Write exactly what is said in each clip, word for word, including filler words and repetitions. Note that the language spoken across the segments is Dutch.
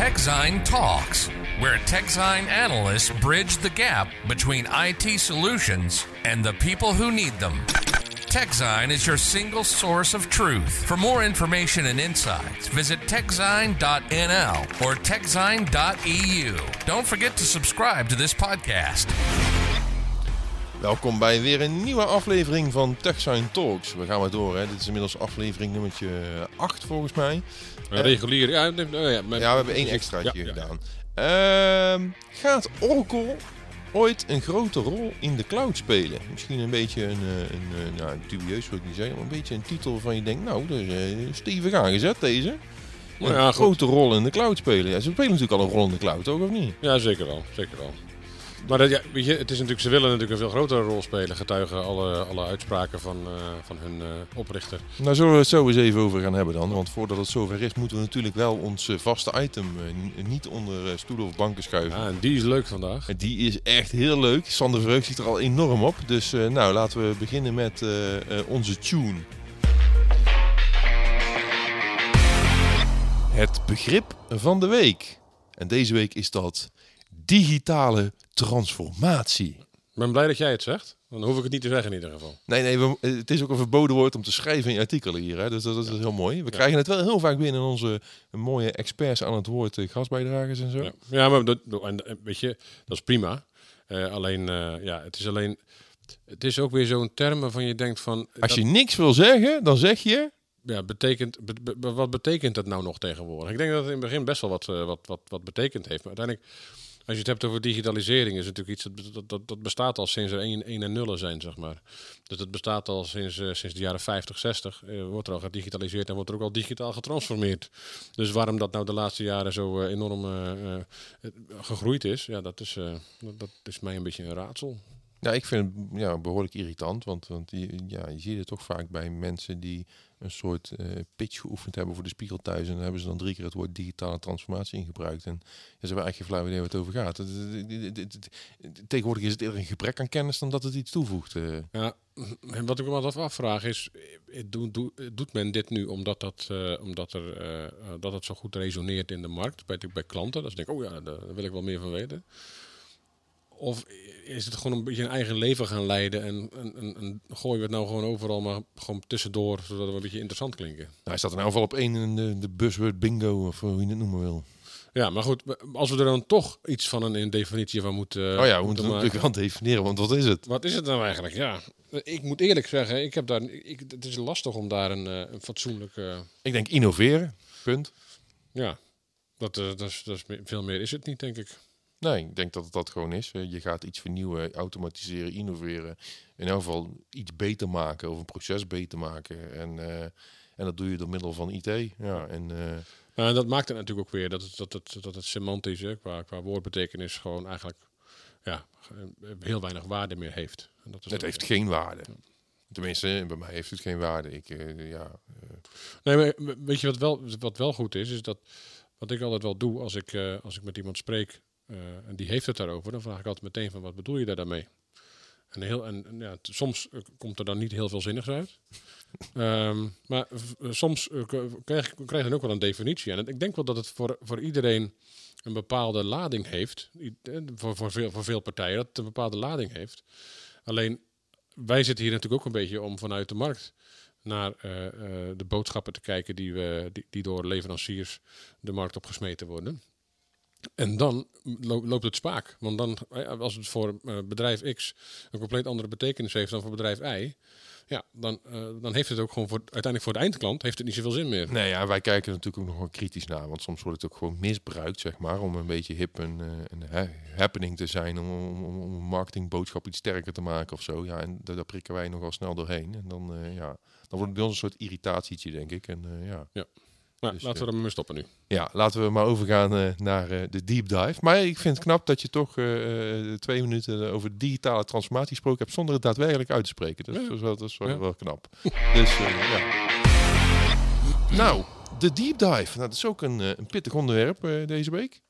TechZine Talks, where TechZine analysts bridge the gap between I T solutions and the people who need them. TechZine is your single source of truth. For more information and insights, visit techzine dot n l or techzine dot e u. Don't forget to subscribe to this podcast. Welkom bij weer een nieuwe aflevering van TechZine Talks. We gaan maar door, hè. Dit is inmiddels aflevering nummertje acht volgens mij. Uh, regulier, ja. Oh ja, mijn... ja, we hebben één extraatje ja, gedaan. Ja. Uh, gaat Oracle ooit een grote rol in de cloud spelen? Misschien een beetje een, een, een nou, dubieus wil ik niet zeggen, maar een beetje een titel waarvan je denkt, nou, dat is uh, stevig aangezet deze. Een ja, grote goed. rol in de cloud spelen. Ja, ze spelen natuurlijk al een rol in de cloud, toch of niet? Ja, zeker wel. Zeker wel. Maar dat, ja, weet je, het is natuurlijk, ze willen natuurlijk een veel grotere rol spelen, getuigen alle, alle uitspraken van, uh, van hun uh, oprichter. Nou, zullen we het zo eens even over gaan hebben dan. Want voordat het zover is, moeten we natuurlijk wel ons uh, vaste item uh, niet onder uh, stoelen of banken schuiven. Ja, en die is leuk vandaag. En die is echt heel leuk. Sander Verheug ziet er al enorm op. Dus uh, nou, laten we beginnen met uh, uh, onze tune. Het begrip van de week. En deze week is dat digitale transformatie. Ik ben blij dat jij het zegt. Dan hoef ik het niet te zeggen in ieder geval. Nee, nee we, het is ook een verboden woord om te schrijven in je artikelen hier. Hè? Dus dat, dat is heel mooi. We ja. krijgen het wel heel vaak binnen onze mooie experts aan het woord, gastbijdragers en zo. Ja, ja maar dat, en, weet je, dat is prima. Uh, alleen, uh, ja, het is alleen... Het is ook weer zo'n term waarvan je denkt van... Als dat, je niks wil zeggen, dan zeg je... Ja, betekent, be, be, wat betekent dat nou nog tegenwoordig? Ik denk dat het in het begin best wel wat, uh, wat, wat, wat betekend heeft. Maar uiteindelijk... Als je het hebt over digitalisering, is het natuurlijk iets dat, dat, dat bestaat al sinds er één en nullen zijn, zeg maar. Dus dat bestaat al sinds, uh, sinds de jaren vijftig, zestig. Uh, wordt er al gedigitaliseerd en wordt er ook al digitaal getransformeerd. Dus waarom dat nou de laatste jaren zo uh, enorm uh, uh, gegroeid is, ja, dat is, uh, dat, dat is mij een beetje een raadsel. Ja, ik vind het ja, behoorlijk irritant, want, want je, ja, je ziet het toch vaak bij mensen die een soort uh, pitch geoefend hebben voor de spiegel thuis en dan hebben ze dan drie keer het woord digitale transformatie ingebruikt. En ja, ze hebben eigenlijk geen flauw idee waar het over gaat. Tegenwoordig is het eerder een gebrek aan kennis dan dat het iets toevoegt. Uh. Ja, en wat ik me altijd afvraag is, doet, doet, doet men dit nu omdat, dat, uh, omdat er, uh, dat het zo goed resoneert in de markt, bij, bij klanten? Dat ze denken, oh ja, daar wil ik wel meer van weten. Of is het gewoon een beetje een eigen leven gaan leiden en, en, en, en gooien we het nou gewoon overal maar gewoon tussendoor, zodat we een beetje interessant klinken? Nou, hij staat er nou geval op één in de, de buzzword bingo, of hoe je het noemen wil. Ja, maar goed, als we er dan toch iets van een, een definitie van moeten Oh ja, we moeten het natuurlijk wel definiëren, want wat is het? Wat is het nou eigenlijk? Ja, ik moet eerlijk zeggen, ik heb daar, ik, het is lastig om daar een, een fatsoenlijk... Uh... Ik denk innoveren, punt. Ja, dat, uh, dat, is, dat is veel meer is het niet, denk ik. Nee, ik denk dat het dat gewoon is. Je gaat iets vernieuwen, automatiseren, innoveren. In elk geval iets beter maken of een proces beter maken. En, uh, en dat doe je door middel van I T. Ja, en, uh... nou, dat maakt het natuurlijk ook weer dat het, dat het, dat het semantisch, hè, qua, qua woordbetekenis, gewoon eigenlijk ja, heel weinig waarde meer heeft. En dat is het heeft geen waarde. Tenminste, bij mij heeft het geen waarde. Ik, uh, ja, uh... Nee, maar weet je wat wel, wat wel goed is? Is dat wat ik altijd wel doe als ik, uh, als ik met iemand spreek. Uh, en die heeft het daarover, dan vraag ik altijd meteen van wat bedoel je daar daarmee? En, heel, en, en ja, t- soms uh, komt er dan niet heel veel zinnigs uit. um, maar v- soms uh, krijg, krijg je dan ook wel een definitie. En ik denk wel dat het voor, voor iedereen een bepaalde lading heeft. I- voor, voor, veel, voor veel partijen dat het een bepaalde lading heeft. Alleen, wij zitten hier natuurlijk ook een beetje om vanuit de markt naar uh, uh, de boodschappen te kijken die, we, die, die door leveranciers de markt op gesmeten worden. En dan loopt het spaak. Want dan, als het voor bedrijf X een compleet andere betekenis heeft dan voor bedrijf Y, ja, dan, uh, dan heeft het ook gewoon voor, uiteindelijk voor de eindklant heeft het niet zoveel zin meer. Nee, ja, wij kijken er natuurlijk ook nog wel kritisch naar. Want soms wordt het ook gewoon misbruikt, zeg maar, om een beetje hip en een ha- happening te zijn. Om, om, om een marketingboodschap iets sterker te maken of zo. Ja, en daar, daar prikken wij nogal snel doorheen. En dan, uh, ja, dan wordt het bij ons een soort irritatietje, denk ik. En, uh, ja. ja. Nou, dus, laten we er maar stoppen nu. Ja, laten we maar overgaan uh, naar uh, de deep dive. Maar ik vind het knap dat je toch uh, uh, twee minuten over digitale transformatie gesproken hebt zonder het daadwerkelijk uit te spreken. Dus ja. dat is wel, dat is wel, ja. wel knap. Dus, uh, ja. Nou, de deep dive. Nou, dat is ook een, uh, een pittig onderwerp uh, deze week.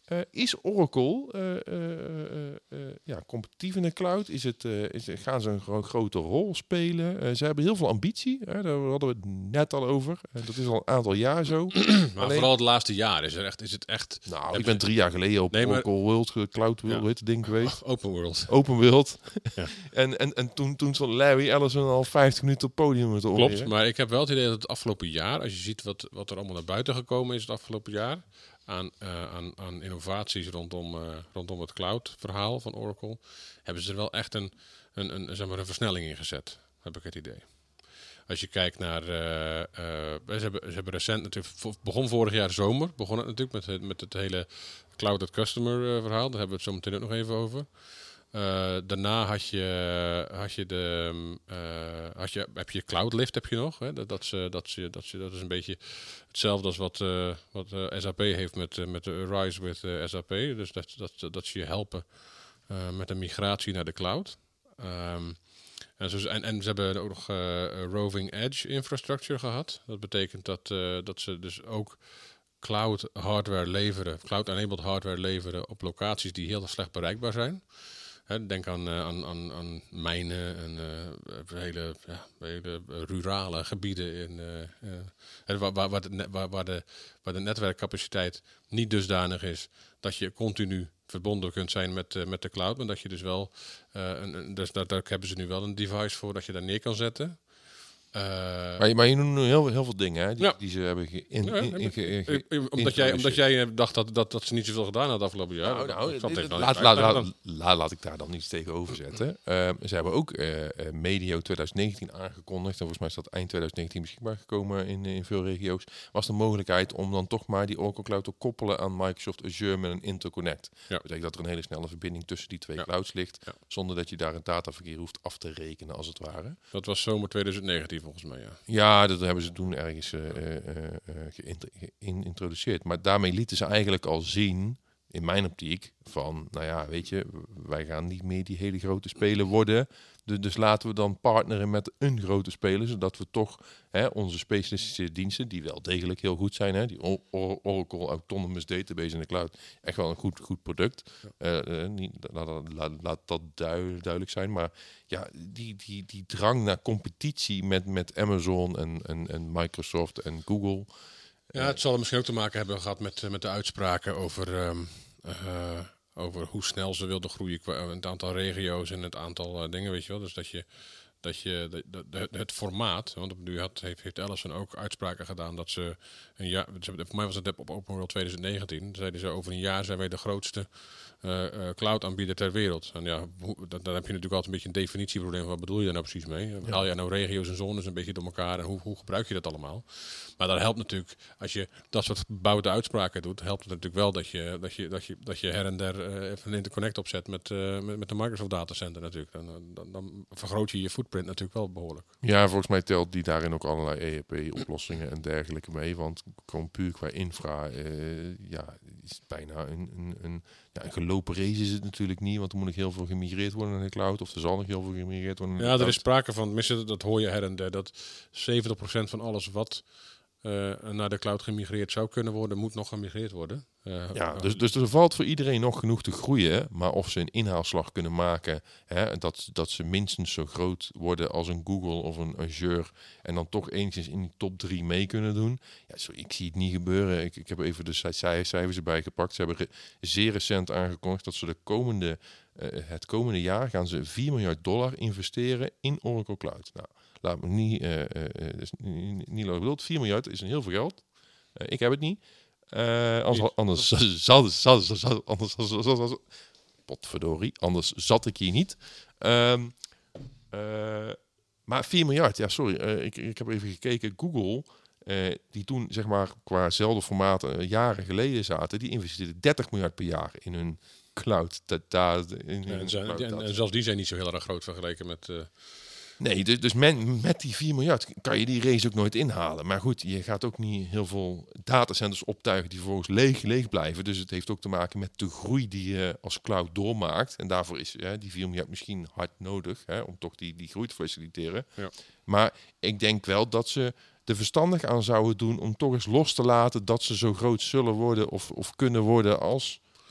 Uh, is Oracle uh, uh, uh, uh, ja, competitief in de cloud? Is het, uh, is, gaan ze een gro- grote rol spelen? Uh, ze hebben heel veel ambitie. Hè? Daar hadden we het net al over. Uh, dat is al een aantal jaar zo. maar Alleen, vooral het laatste jaar is, er echt, is het echt... Nou, ik ben drie jaar geleden op nee, Oracle maar, World Cloud World, ja. het ding geweest. Open World. Open World. ja. en, en, en toen, toen stond Larry Ellison al vijftig minuten op het podium te Klopt, opnemen. Maar ik heb wel het idee dat het afgelopen jaar, als je ziet wat, wat er allemaal naar buiten gekomen is het afgelopen jaar... Aan, uh, aan, aan innovaties rondom, uh, rondom het cloud-verhaal van Oracle, hebben ze er wel echt een, een, een, zeg maar een versnelling in gezet, heb ik het idee. Als je kijkt naar... Uh, uh, ze, hebben, ze hebben recent natuurlijk... Begon vorig jaar zomer, begon het natuurlijk met, met het hele cloud-at-customer uh, verhaal. Daar hebben we het zo meteen ook nog even over. Uh, daarna had je, had je de, uh, had je, heb je CloudLift heb je nog. Hè? Dat, dat, ze, dat, ze, dat, ze, dat is een beetje hetzelfde als wat, uh, wat uh, S A P heeft met, uh, met de Rise with uh, S A P. Dus dat, dat, dat ze je helpen uh, met een migratie naar de cloud. Um, en, zo, en, en ze hebben ook nog uh, Roving Edge infrastructure gehad. Dat betekent dat, uh, dat ze dus ook cloud hardware leveren, cloud-enabled hardware leveren op locaties die heel slecht bereikbaar zijn. He, denk aan, uh, aan, aan, aan mijnen en uh, hele, ja, hele rurale gebieden in, uh, uh, waar, waar, waar, de, waar, waar, de, waar de netwerkcapaciteit niet dusdanig is dat je continu verbonden kunt zijn met, uh, met de cloud, maar dat je dus wel, uh, een, een, dus daar, daar hebben ze nu wel een device voor dat je daar neer kan zetten. Uh, maar, je, maar je noemt heel, heel veel dingen hè, die, ja. die ze hebben ge, in, ja, in, in, ge, ge, in, omdat, jij, omdat jij dacht dat, dat, dat ze niet zoveel gedaan hadden afgelopen jaar. Nou, nou, dit, dit, laat, laat, laat, laat, laat ik daar dan niets tegenover zetten. Uh, ze hebben ook uh, medio twintig negentien aangekondigd. En volgens mij is dat eind twintig negentien beschikbaar gekomen in, in veel regio's. Was de mogelijkheid om dan toch maar die Oracle Cloud te koppelen aan Microsoft Azure met een interconnect. Ja. Dat betekent dat er een hele snelle verbinding tussen die twee ja. clouds ligt. Ja. Zonder dat je daar een dataverkeer hoeft af te rekenen als het ware. Dat was zomer twintig negentien volgens mij, ja. Ja, dat hebben ze toen ergens uh, uh, uh, geïntroduceerd. Maar daarmee lieten ze eigenlijk al zien, in mijn optiek, van, nou ja, weet je, wij gaan niet meer die hele grote speler worden. Dus, dus laten we dan partneren met een grote speler, zodat we toch hè, onze specialistische diensten, die wel degelijk heel goed zijn, hè, die Oracle Autonomous Database in de cloud, echt wel een goed, goed product. Ja. Uh, uh, niet, laat, laat, laat dat duidelijk, duidelijk zijn, maar ja, die, die, die drang naar competitie met, met Amazon en, en, en Microsoft en Google. Ja, het zal misschien ook te maken hebben gehad met, met de uitspraken over... Um, uh, over hoe snel ze wilden groeien qua het aantal regio's en het aantal uh, dingen, weet je wel. Dus dat je, dat je de, de, de, het formaat, want nu had, heeft, heeft Ellison ook uitspraken gedaan dat ze een jaar, voor mij was het op Open World twintig negentien, zeiden ze over een jaar zijn wij de grootste uh, uh, cloud-aanbieder ter wereld. En ja, hoe, dan, dan heb je natuurlijk altijd een beetje een definitieprobleem. Wat bedoel je daar nou precies mee? Ja. Haal je nou regio's en zones een beetje door elkaar en hoe, hoe gebruik je dat allemaal? Maar dat helpt natuurlijk, als je dat soort bouwde uitspraken doet, helpt het natuurlijk wel dat je, dat je, dat je, dat je her en der uh, even een interconnect opzet met, uh, met, met de Microsoft datacenter natuurlijk. Dan, dan, dan vergroot je je footprint natuurlijk wel behoorlijk. Ja, volgens mij telt die daarin ook allerlei E R P-oplossingen en dergelijke mee. Want gewoon puur qua infra, uh, ja, is bijna een, een, een, ja, een gelopen race is het natuurlijk niet. Want er moet nog heel veel gemigreerd worden naar de cloud. Of er zal nog heel veel gemigreerd worden naar de ja, cloud. Er is sprake van, tenminste, dat hoor je her en der, dat zeventig procent van alles wat uh, naar de cloud gemigreerd zou kunnen worden, moet nog gemigreerd worden. Uh, ja, dus, dus er valt voor iedereen nog genoeg te groeien. Maar of ze een inhaalslag kunnen maken, hè, dat, dat ze minstens zo groot worden als een Google of een Azure en dan toch enigszins in die top drie mee kunnen doen. Ja, zo, ik zie het niet gebeuren. Ik, ik heb even de cijfers erbij gepakt. Ze hebben re- zeer recent aangekondigd dat ze de komende, uh, het komende jaar gaan ze vier miljard dollar investeren in Oracle Cloud. Nou, laat me niet, uh, uh, is niet, niet lang bedoeld. vier miljard is een heel veel geld. Uh, ik heb het niet. Uh, anders, anders, zal, zal, zal, anders, anders, potverdorie, anders zat ik hier niet. Um, uh, maar vier miljard, ja sorry, uh, ik, ik heb even gekeken. Google, uh, die toen zeg maar qua zelfde formaat uh, jaren geleden zaten, die investeerden dertig miljard per jaar in hun cloud. Data, in, ja, en, zijn, cloud en, en zelfs die zijn niet zo heel erg groot vergeleken met... Uh... Nee, dus, dus men, met die vier miljard kan je die race ook nooit inhalen. Maar goed, je gaat ook niet heel veel datacenters optuigen die vervolgens leeg, leeg blijven. Dus het heeft ook te maken met de groei die je als cloud doormaakt. En daarvoor is hè, die vier miljard misschien hard nodig, hè, om toch die, die groei te faciliteren. Ja. Maar ik denk wel dat ze er verstandig aan zouden doen om toch eens los te laten dat ze zo groot zullen worden of, of kunnen worden als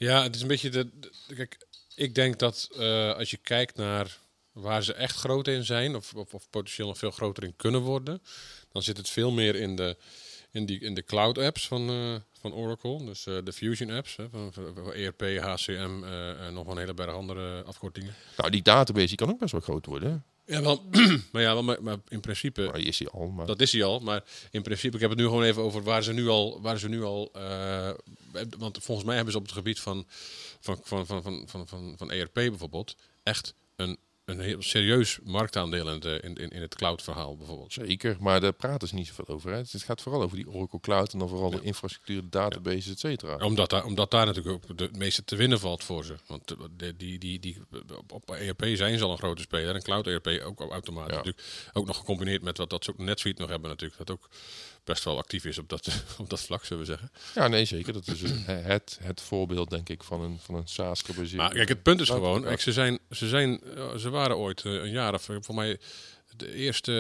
Ja, het is een beetje de... de kijk, ik denk dat uh, als je kijkt naar waar ze echt groot in zijn, of, of, of potentieel nog veel groter in kunnen worden, dan zit het veel meer in de, in die, in de cloud apps van, uh, van Oracle. Dus uh, de Fusion apps, hè, van, van, van E R P, H C M uh, en nog een hele berg andere afkortingen. Nou, die database die kan ook best wel groot worden, hè? Ja, wel, maar ja, wel, maar, maar in principe... Maar is hij al, maar... Dat is hij al, maar in principe... Ik heb het nu gewoon even over waar ze nu al... Waar ze nu al uh, want volgens mij hebben ze op het gebied van, van, van, van, van, van, van, van E R P bijvoorbeeld echt een, een heel serieus marktaandeel in, de, in, in het cloud-verhaal bijvoorbeeld. Zeker, maar daar praten ze niet zoveel over. Hè. Het gaat vooral over die Oracle Cloud en dan vooral ja. de infrastructuur, de databases, ja. et cetera. Omdat daar, omdat daar natuurlijk ook de meeste te winnen valt voor ze. Want de, die, die, die, op E R P zijn ze al een grote speler en Cloud E R P ook automatisch. Ja. Natuurlijk ook nog gecombineerd met wat dat ze ook NetSuite nog hebben natuurlijk. Dat ook best wel actief is op dat, op dat vlak, zullen we zeggen. Ja, nee, zeker. Dat is het, het voorbeeld, denk ik, van een, van een SaaS-gebaseerd... Maar kijk, het punt is gewoon, kijk, ze, zijn, ze, zijn, ze waren ooit een jaar of, voor mij, de eerste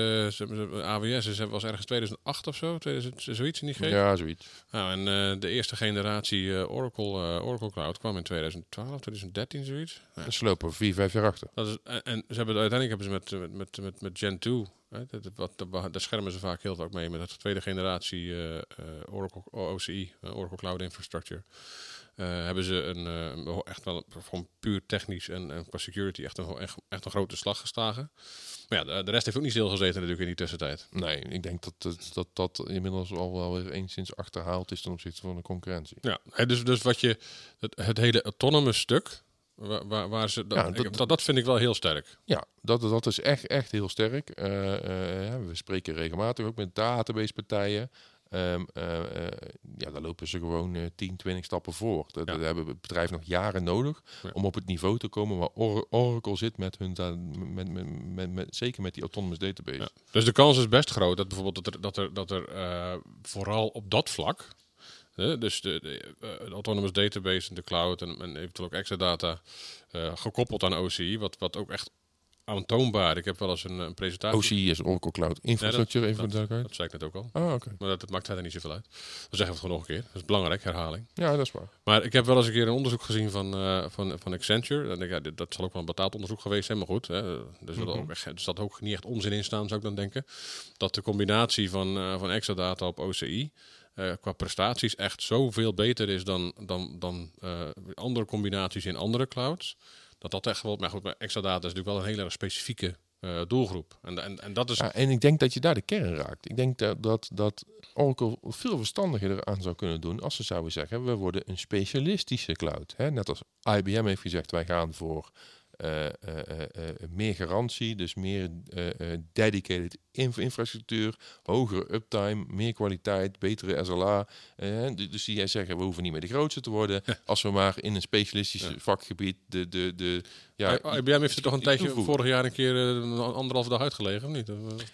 A W S was ergens tweeduizend acht of zo, tweeduizend, zoiets in die geest. Ja, zoiets. Nou, en uh, de eerste generatie uh, Oracle, uh, Oracle Cloud kwam in tweeduizend twaalf, tweeduizend dertien, zoiets. Ja. Dus ze lopen vier, vijf jaar achter. Dat is, en, en ze hebben, uiteindelijk hebben ze met, met, met, met Gen twee... Hè, dat, wat, dat, daar schermen ze vaak heel vaak mee met de tweede generatie uh, uh, Oracle O C I, uh, Oracle Cloud Infrastructure. Uh, hebben ze een uh, echt wel gewoon puur technisch en, en qua security echt een, echt, echt een grote slag geslagen. Maar ja, de, de rest heeft ook niet stilgezeten natuurlijk in die tussentijd. Nee, ik denk dat dat, dat, dat inmiddels al wel weer enigszins achterhaald is ten opzichte van de concurrentie. Ja, dus, dus wat je het, het hele autonomous stuk. Waar, waar, waar ze, dat, ja, dat, dat, dat vind ik wel heel sterk. Ja, dat, dat is echt, echt heel sterk. Uh, uh, we spreken regelmatig ook met databasepartijen. Um, uh, uh, ja, daar lopen ze gewoon uh, tien, twintig stappen voor. Dat, ja. Daar hebben het bedrijf nog jaren nodig ja. om op het niveau te komen waar Or- Oracle zit met hun, da- met, met, met, met, zeker met die autonomous database. Ja. Dus de kans is best groot dat bijvoorbeeld dat er, dat er, dat er uh, vooral op dat vlak... Uh, dus de, de, uh, de autonomous database in de cloud en, en eventueel ook Exadata uh, gekoppeld aan O C I, wat, wat ook echt aantoonbaar. Ik heb wel eens een, een presentatie... O C I is Oracle Cloud Infrastructure, ja, even dat, voor de dat, dat zei ik net ook al. Ah, okay. Maar dat, dat maakt verder niet zoveel uit. Dan zeggen we het gewoon nog een keer. Dat is belangrijk, herhaling. Ja, dat is waar. Maar ik heb wel eens een keer een onderzoek gezien van, uh, van, van Accenture. Dan denk ik, ja, dit, dat zal ook wel een betaald onderzoek geweest zijn, maar goed. Hè, er zal mm-hmm. ook echt, er staat ook niet echt onzin in staan, zou ik dan denken. Dat de combinatie van, uh, van Exadata op O C I... Uh, qua prestaties echt zoveel beter is dan, dan, dan uh, andere combinaties in andere clouds. Dat dat echt wel... Maar goed, maar Exadata is natuurlijk wel een hele specifieke uh, doelgroep. En, en, en, dat is... ja, en ik denk dat je daar de kern raakt. Ik denk dat, dat, dat Oracle veel verstandiger eraan zou kunnen doen als ze zouden zeggen, we worden een specialistische cloud. Hè? Net als I B M heeft gezegd, wij gaan voor uh, uh, uh, uh, meer garantie, dus meer uh, uh, dedicated inf- infrastructuur, hogere uptime, meer kwaliteit, betere S L A. Uh, dus die zeggen, we hoeven niet meer de grootste te worden, ja. als we maar in een specialistisch ja. vakgebied de... de, de ja, I B M heeft er toch een tijdje toevoegen. Vorig jaar een keer uh, anderhalf dag uitgelegen, of niet?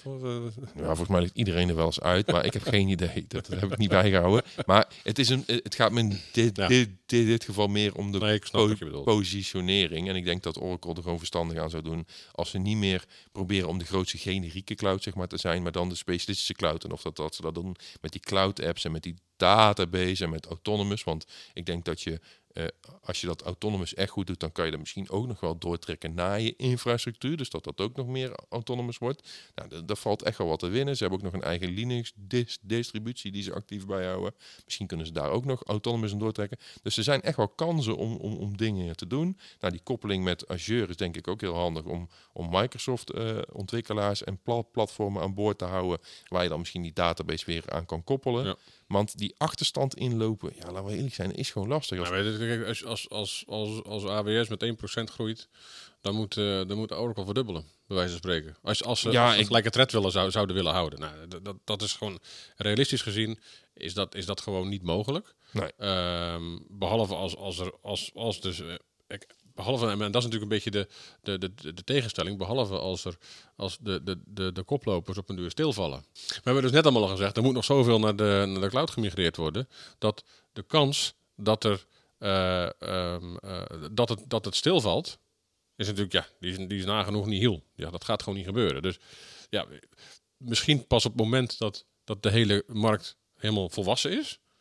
Ja, volgens mij ligt iedereen er wel eens uit, maar ik heb geen idee. Dat, dat heb ik niet bijgehouden. Maar het, is een, het gaat me in dit, ja. dit, dit, dit geval meer om de nee, po- positionering. En ik denk dat Oracle er gewoon verstandig aan zou doen als ze niet meer proberen om de grootste generieke cloud zeg maar, te zijn, maar dan de specialistische cloud. En of dat, dat ze dat doen met die cloud apps en met die database en met autonomous. Want ik denk dat je, uh, als je dat autonomous echt goed doet, dan kan je dat misschien ook nog wel doortrekken naar je infrastructuur. Dus dat dat ook nog meer autonomous wordt. Nou, daar valt echt wel wat te winnen. Ze hebben ook nog een eigen Linux-distributie die ze actief bijhouden. Misschien kunnen ze daar ook nog autonomous in doortrekken. Dus er zijn echt wel kansen om, om, om dingen te doen. Nou, die koppeling met Azure is denk ik ook heel handig om, om Microsoft-ontwikkelaars uh, en pla- platformen aan boord te houden, waar je dan misschien die database weer aan kan koppelen. Ja. Want die achterstand inlopen, ja, laten we eerlijk zijn, is gewoon lastig. Als, nou, als, als, als, als, als A W S met één procent groeit, dan moet, uh, dan moet Oracle verdubbelen, bij wijze van spreken. Als, als ze, ja, als ze ik... gelijke tred willen, zou, zouden willen houden. Nou, dat, dat, dat is gewoon, realistisch gezien, is dat, is dat gewoon niet mogelijk. Nee. Um, behalve als, als er, als, als dus... Uh, ik, Behalve, en dat is natuurlijk een beetje de, de, de, de tegenstelling, behalve als, er, als de, de, de, de koplopers op een duur stilvallen. We hebben dus net allemaal al gezegd, er moet nog zoveel naar de, naar de cloud gemigreerd worden, dat de kans dat, er, uh, um, uh, dat, het, dat het stilvalt, is natuurlijk, ja, die is, die is nagenoeg niet heel. Ja, dat gaat gewoon niet gebeuren. Dus ja, misschien pas op het moment dat, dat de hele markt helemaal volwassen is,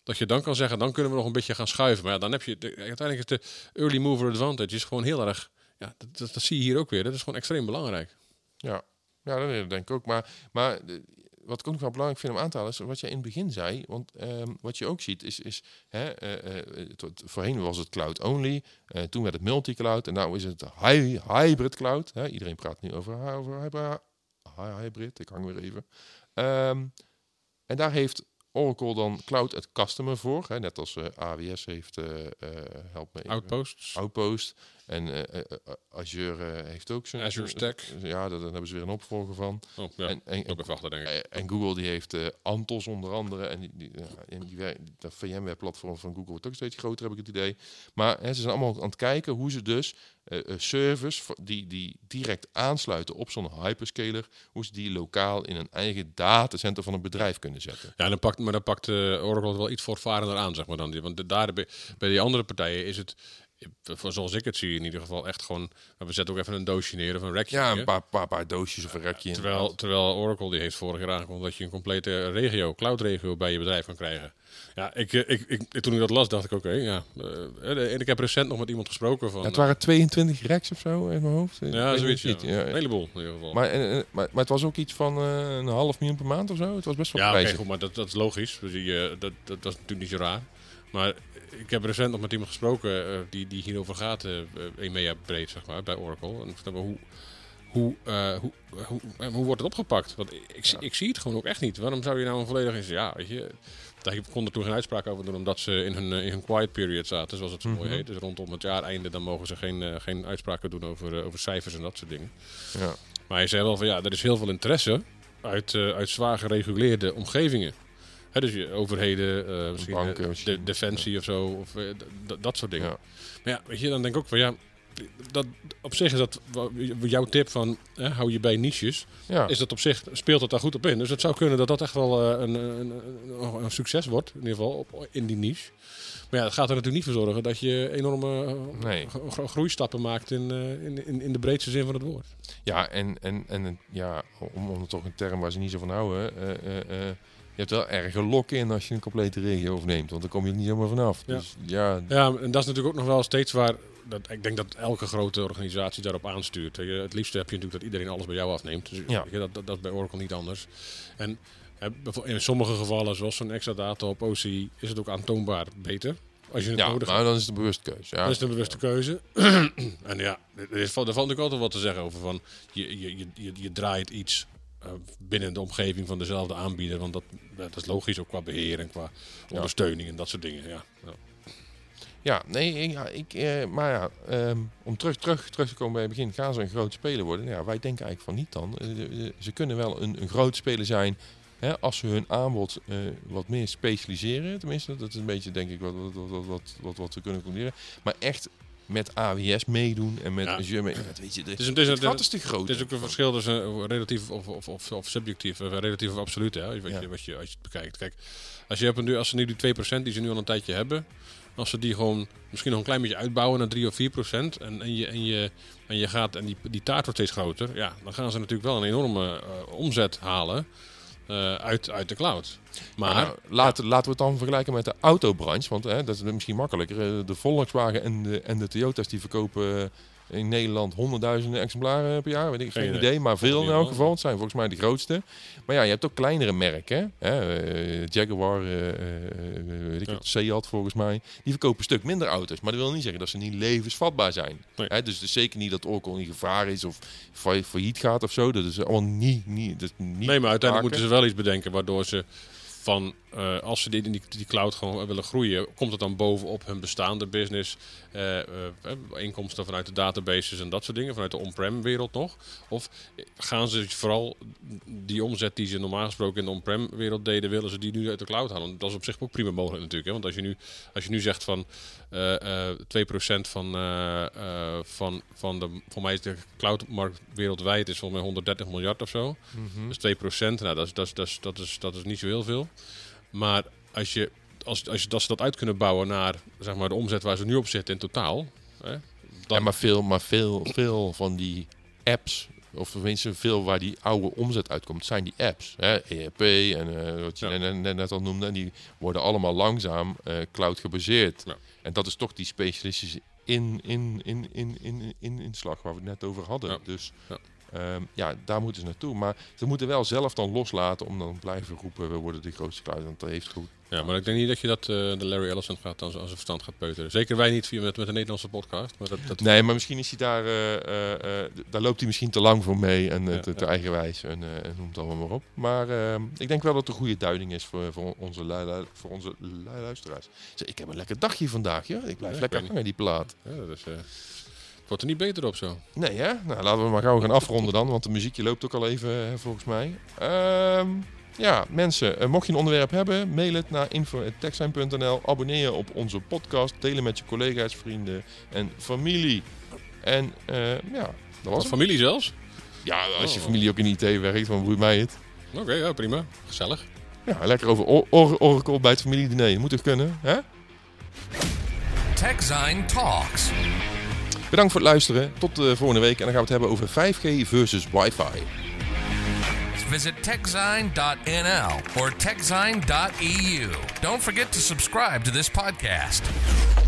Dat je dan kan zeggen, dan kunnen we nog een beetje gaan schuiven. Maar ja, dan heb je, de, uiteindelijk is de early mover advantage is gewoon heel erg, ja, dat, dat, dat zie je hier ook weer. Dat is gewoon extreem belangrijk. Ja, ja dat denk ik ook. Maar, maar wat ik ook nog wel belangrijk vind om aan te halen is wat jij in het begin zei. Want um, wat je ook ziet is, is hè, uh, uh, het, voorheen was het cloud only. Uh, toen werd het multi-cloud en nu is het hy, hybrid cloud. Hè? Iedereen praat nu over, over hybrid, hybrid. Ik hang weer even. Um, en daar heeft Oracle dan Cloud at Customer voor. Hè? Net als uh, A W S heeft, uh, uh, help me even. Outposts. Outpost. En uh, uh, uh, Azure uh, heeft ook zo'n... Azure Stack. Uh, ja, daar hebben ze weer een opvolger van. Oh, ja, en, en, ook even achter, denk ik. En Google die heeft uh, Anthos onder andere. En die, die, uh, en die werk, dat V M-ware-platform van Google wordt ook steeds groter, heb ik het idee. Maar hè, ze zijn allemaal aan het kijken hoe ze dus uh, uh, servers die, die direct aansluiten op zo'n hyperscaler, hoe ze die lokaal in een eigen datacenter van een bedrijf kunnen zetten. Ja, dan pakt, maar dan pakt uh, Oracle het wel iets voortvarender aan, zeg maar dan. Want daar bij, bij die andere partijen is het, voor zoals ik het zie in ieder geval, echt gewoon, we zetten ook even een doosje neer of een rekje. Ja, neer. een paar, paar, paar doosjes of een rekje. Ja, terwijl, terwijl Oracle die heeft vorig jaar aangekondigd dat je een complete regio, cloud regio bij je bedrijf kan krijgen. Ja, ik, ik, ik, ik, toen ik dat las, dacht ik oké, okay, ja. Uh, ik heb recent nog met iemand gesproken van... Ja, het waren tweeëntwintig racks of zo in mijn hoofd. Ja, zoiets. Ja. Ja. Een heleboel in ieder geval. Maar, en, maar, maar het was ook iets van uh, een half miljoen per maand of zo. Het was best wel ja, prijzig. Ja, oké, okay, goed, maar dat, dat is logisch. Dus die, uh, dat, dat, dat is natuurlijk niet zo raar. Maar ik heb recent nog met iemand gesproken uh, die, die hierover gaat, uh, EMEA breed, zeg maar, bij Oracle. En ik vertel hoe... Hoe, uh, hoe, hoe, hoe wordt het opgepakt? Want ik, ja. ik zie het gewoon ook echt niet. Waarom zou je nou een volledig... Ja, weet je... Daar kon er toen geen uitspraak over doen, omdat ze in hun, in hun quiet period zaten, zoals het zo mooi heet. Dus rondom het jaareinde, dan mogen ze geen, uh, geen uitspraken doen over, uh, over cijfers en dat soort dingen. Ja. Maar hij zei wel van, ja, er is heel veel interesse uit, uh, uit zwaar gereguleerde omgevingen. Hè, dus je overheden, uh, misschien Banken, uh, de, defensie ja. of zo, of uh, d- dat soort dingen. Ja. Maar ja, weet je, dan denk ik ook van, ja... Dat, op zich is dat jouw tip van hè, hou je bij niches. Ja. Is dat op zich, speelt dat daar goed op in. Dus het zou kunnen dat dat echt wel uh, een, een, een, een succes wordt. In ieder geval op, in die niche. Maar ja, het gaat er natuurlijk niet voor zorgen dat je enorme nee. gro- groeistappen maakt in, uh, in, in, in de breedste zin van het woord. Ja, en, en, en ja, om, om toch een term waar ze niet zo van houden. Uh, uh, uh, je hebt wel erg een lok in als je een complete regio overneemt. Want dan kom je er niet zomaar vanaf. Ja. Dus, ja. ja, en dat is natuurlijk ook nog wel steeds waar... Dat, ik denk dat elke grote organisatie daarop aanstuurt. Je, het liefste heb je natuurlijk dat iedereen alles bij jou afneemt. Dus ja. dat, dat, dat is bij Oracle niet anders. En in sommige gevallen, zoals zo'n Exadata op O C I, is het ook aantoonbaar beter. Als je het ja, nodig maar hebt. Dan is het een bewuste keuze. Ja. Dan is het een bewuste keuze. En ja, er, is, er valt natuurlijk altijd wat te zeggen over van... Je, je, je, je, je draait iets uh, binnen de omgeving van dezelfde aanbieder. Want dat, dat is logisch ook qua beheer en qua ja. ondersteuning en dat soort dingen. Ja, ja. Ja, nee, ja, ik, eh, maar ja, um, om terug, terug, terug te komen bij het begin, gaan ze een groot speler worden? Ja, wij denken eigenlijk van niet dan. Uh, ze kunnen wel een, een groot speler zijn hè, als ze hun aanbod uh, wat meer specialiseren. Tenminste, dat is een beetje denk ik wat, wat, wat, wat, wat, wat we kunnen concluderen. Maar echt met A W S meedoen en met Azure mee. Dat weet je, de, het is, een, het is, een, het is te groot. Het is ook een verschil tussen relatief of, of, of, of subjectief, of relatief of absoluut. Hè, wat, ja. je, wat je, als je het bekijkt. Kijk, als je, nu, als ze nu die twee procent die ze nu al een tijdje hebben... Als ze die gewoon misschien nog een klein beetje uitbouwen naar drie of vier procent en, en, je, en, je, en je gaat en die, die taart wordt steeds groter, ja, dan gaan ze natuurlijk wel een enorme uh, omzet halen uh, uit, uit de cloud. Maar nou, laten, laten we het dan vergelijken met de autobranche, want hè, dat is misschien makkelijker. De Volkswagen en de, en de Toyota's die verkopen in Nederland honderdduizenden exemplaren per jaar, weet ik geen, geen idee, maar veel in elk geval. Het zijn volgens mij de grootste. Maar ja, je hebt ook kleinere merken, hè? Uh, Jaguar, uh, uh, weet ik ja. het, Seat volgens mij. Die verkopen een stuk minder auto's, maar dat wil niet zeggen dat ze niet levensvatbaar zijn. Nee. Hè? Dus het is zeker niet dat Oracle in gevaar is of failliet gaat of zo. Dat is allemaal niet, niet, dat is niet nee, maar uiteindelijk moeten ze wel iets bedenken waardoor ze van uh, als ze die, die, die cloud gewoon willen groeien, komt het dan bovenop hun bestaande business, uh, uh, inkomsten vanuit de databases en dat soort dingen, vanuit de on-prem wereld nog? Of gaan ze vooral die omzet die ze normaal gesproken in de on-prem wereld deden, willen ze die nu uit de cloud halen? Dat is op zich ook prima mogelijk natuurlijk. Hè? Want als je nu, als je nu zegt van uh, uh, twee procent van, uh, uh, van, van de, voor mij is de cloudmarkt wereldwijd is volgens mij honderddertig miljard of zo. Mm-hmm. Dus twee procent, nou, dat, is, dat, is, dat, is, dat, is, dat is niet zo heel veel. Maar als je, als, als je dat ze dat uit kunnen bouwen naar zeg maar, de omzet waar ze nu op zitten in totaal. Hè, dan... Ja, maar veel, maar veel, veel van die apps of tenminste veel waar die oude omzet uitkomt, zijn die apps. Hè? E R P en uh, wat je ja. net, net al noemde, die worden allemaal langzaam uh, cloud gebaseerd. Ja. En dat is toch die specialistische in, in, in, in, in, in, inslag waar we het net over hadden. Ja. Dus ja. Um, ja, daar moeten ze naartoe. Maar ze moeten wel zelf dan loslaten om dan blijven roepen, we worden de grootste cloud. Want dat heeft goed. Ja, maar ik denk niet dat je dat uh, de Larry Ellison gaat dan aan zijn verstand gaat peuteren. Zeker wij niet via met, met een Nederlandse podcast. Maar dat, dat nee, maar misschien is hij daar, uh, uh, uh, daar loopt hij misschien te lang voor mee en uh, ja, te, te ja. eigenwijs en, uh, en noem het allemaal maar op. Maar uh, ik denk wel dat het een goede duiding is voor, voor onze, lui, voor onze lui luisteraars. Zeg, ik heb een lekker dagje vandaag, ja. Ik blijf ja, lekker hangen, die plaat. Ja, dat is... Uh... Wordt er niet beter op zo? Nee, hè? Nou, laten we maar gauw gaan afronden dan, want de muziekje loopt ook al even, hè, volgens mij. Um, ja, mensen, uh, mocht je een onderwerp hebben, mail het naar info at techsign punt n l. Abonneer je op onze podcast, delen met je collega's, vrienden en familie. En uh, ja, dat was familie zelfs? Ja, als je oh. familie ook in I T werkt, dan boeit mij het. Oké, okay, ja, prima. Gezellig. Ja, lekker over or- or- Oracle bij het familiediner. Dat moet toch kunnen, hè? TechZine Talks. Bedankt voor het luisteren. Tot de volgende week. En dan gaan we het hebben over vijf G versus wifi. Visit techzine dot n l or techzine dot e u. Don't forget to subscribe to this podcast.